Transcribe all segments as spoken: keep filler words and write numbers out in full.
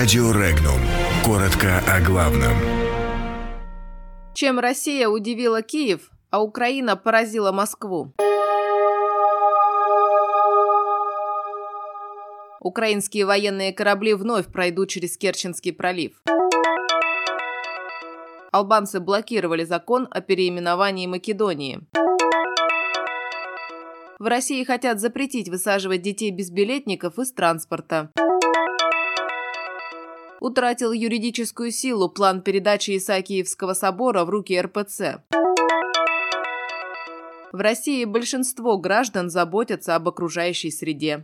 Радио Регнум. Коротко о главном. Чем Россия удивила Киев, а Украина поразила Москву? Украинские военные корабли вновь пройдут через Керченский пролив. Албанцы блокировали закон о переименовании Македонии. В России хотят запретить высаживать детей безбилетников из транспорта. Утратил юридическую силу план передачи Исаакиевского собора в руки эр пэ цэ. В России большинство граждан заботятся об окружающей среде.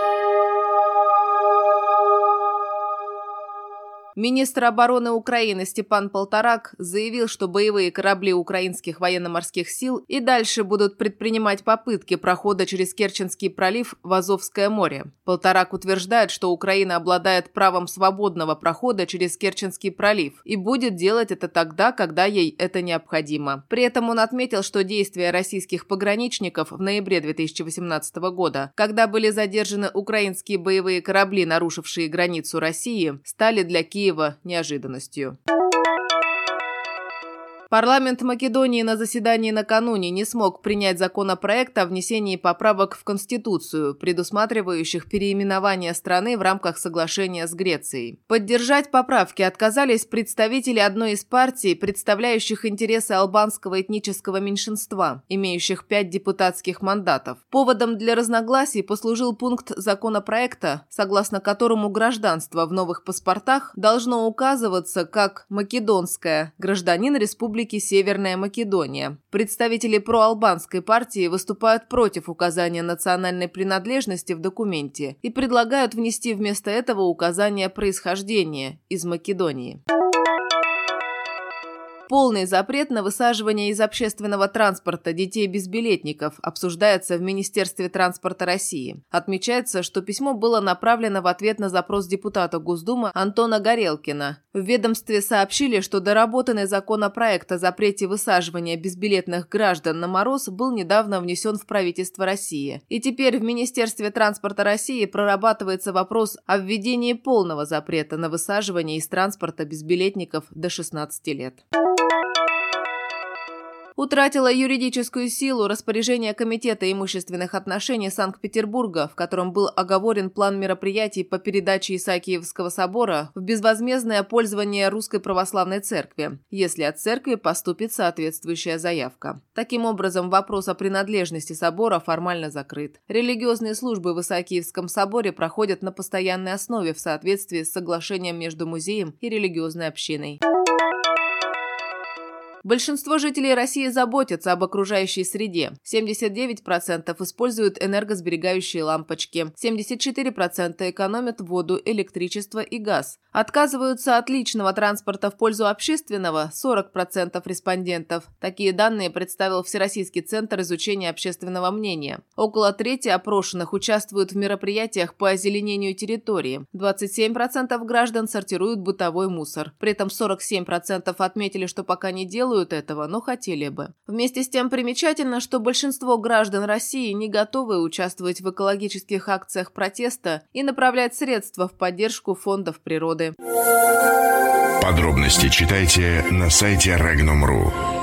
Министр обороны Украины Степан Полторак заявил, что боевые корабли украинских военно-морских сил и дальше будут предпринимать попытки прохода через Керченский пролив в Азовское море. Полторак утверждает, что Украина обладает правом свободного прохода через Керченский пролив и будет делать это тогда, когда ей это необходимо. При этом он отметил, что действия российских пограничников в ноябре две тысячи восемнадцатого года, когда были задержаны украинские боевые корабли, нарушившие границу России, стали для Киева неожиданностью. Парламент Македонии на заседании накануне не смог принять законопроект о внесении поправок в Конституцию, предусматривающих переименование страны в рамках соглашения с Грецией. Поддержать поправки отказались представители одной из партий, представляющих интересы албанского этнического меньшинства, имеющих пять депутатских мандатов. Поводом для разногласий послужил пункт законопроекта, согласно которому гражданство в новых паспортах должно указываться как македонское, гражданин республики Северная Македония. Представители проалбанской партии выступают против указания национальной принадлежности в документе и предлагают внести вместо этого указание происхождения из Македонии. Полный запрет на высаживание из общественного транспорта детей-безбилетников обсуждается в Министерстве транспорта России. Отмечается, что письмо было направлено в ответ на запрос депутата Госдумы Антона Горелкина. В ведомстве сообщили, что доработанный законопроект о запрете высаживания безбилетных граждан на мороз был недавно внесен в правительство России. И теперь в Министерстве транспорта России прорабатывается вопрос о введении полного запрета на высаживание из транспорта безбилетников до шестнадцати лет. Утратило юридическую силу распоряжение Комитета имущественных отношений Санкт-Петербурга, в котором был оговорен план мероприятий по передаче Исаакиевского собора в безвозмездное пользование Русской Православной Церкви, если от церкви поступит соответствующая заявка. Таким образом, вопрос о принадлежности собора формально закрыт. Религиозные службы в Исаакиевском соборе проходят на постоянной основе в соответствии с соглашением между музеем и религиозной общиной. Большинство жителей России заботятся об окружающей среде. семьдесят девять процентов используют энергосберегающие лампочки, семьдесят четыре процента экономят воду, электричество и газ. Отказываются от личного транспорта в пользу общественного сорок процентов респондентов. Такие данные представил Всероссийский центр изучения общественного мнения. Около трети опрошенных участвуют в мероприятиях по озеленению территории. двадцать семь процентов граждан сортируют бытовой мусор. При этом сорок семь процентов отметили, что пока не делают этого, но хотели бы. Вместе с тем примечательно, что большинство граждан России не готовы участвовать в экологических акциях протеста и направлять средства в поддержку фондов природы. Подробности читайте на сайте регнум точка ру.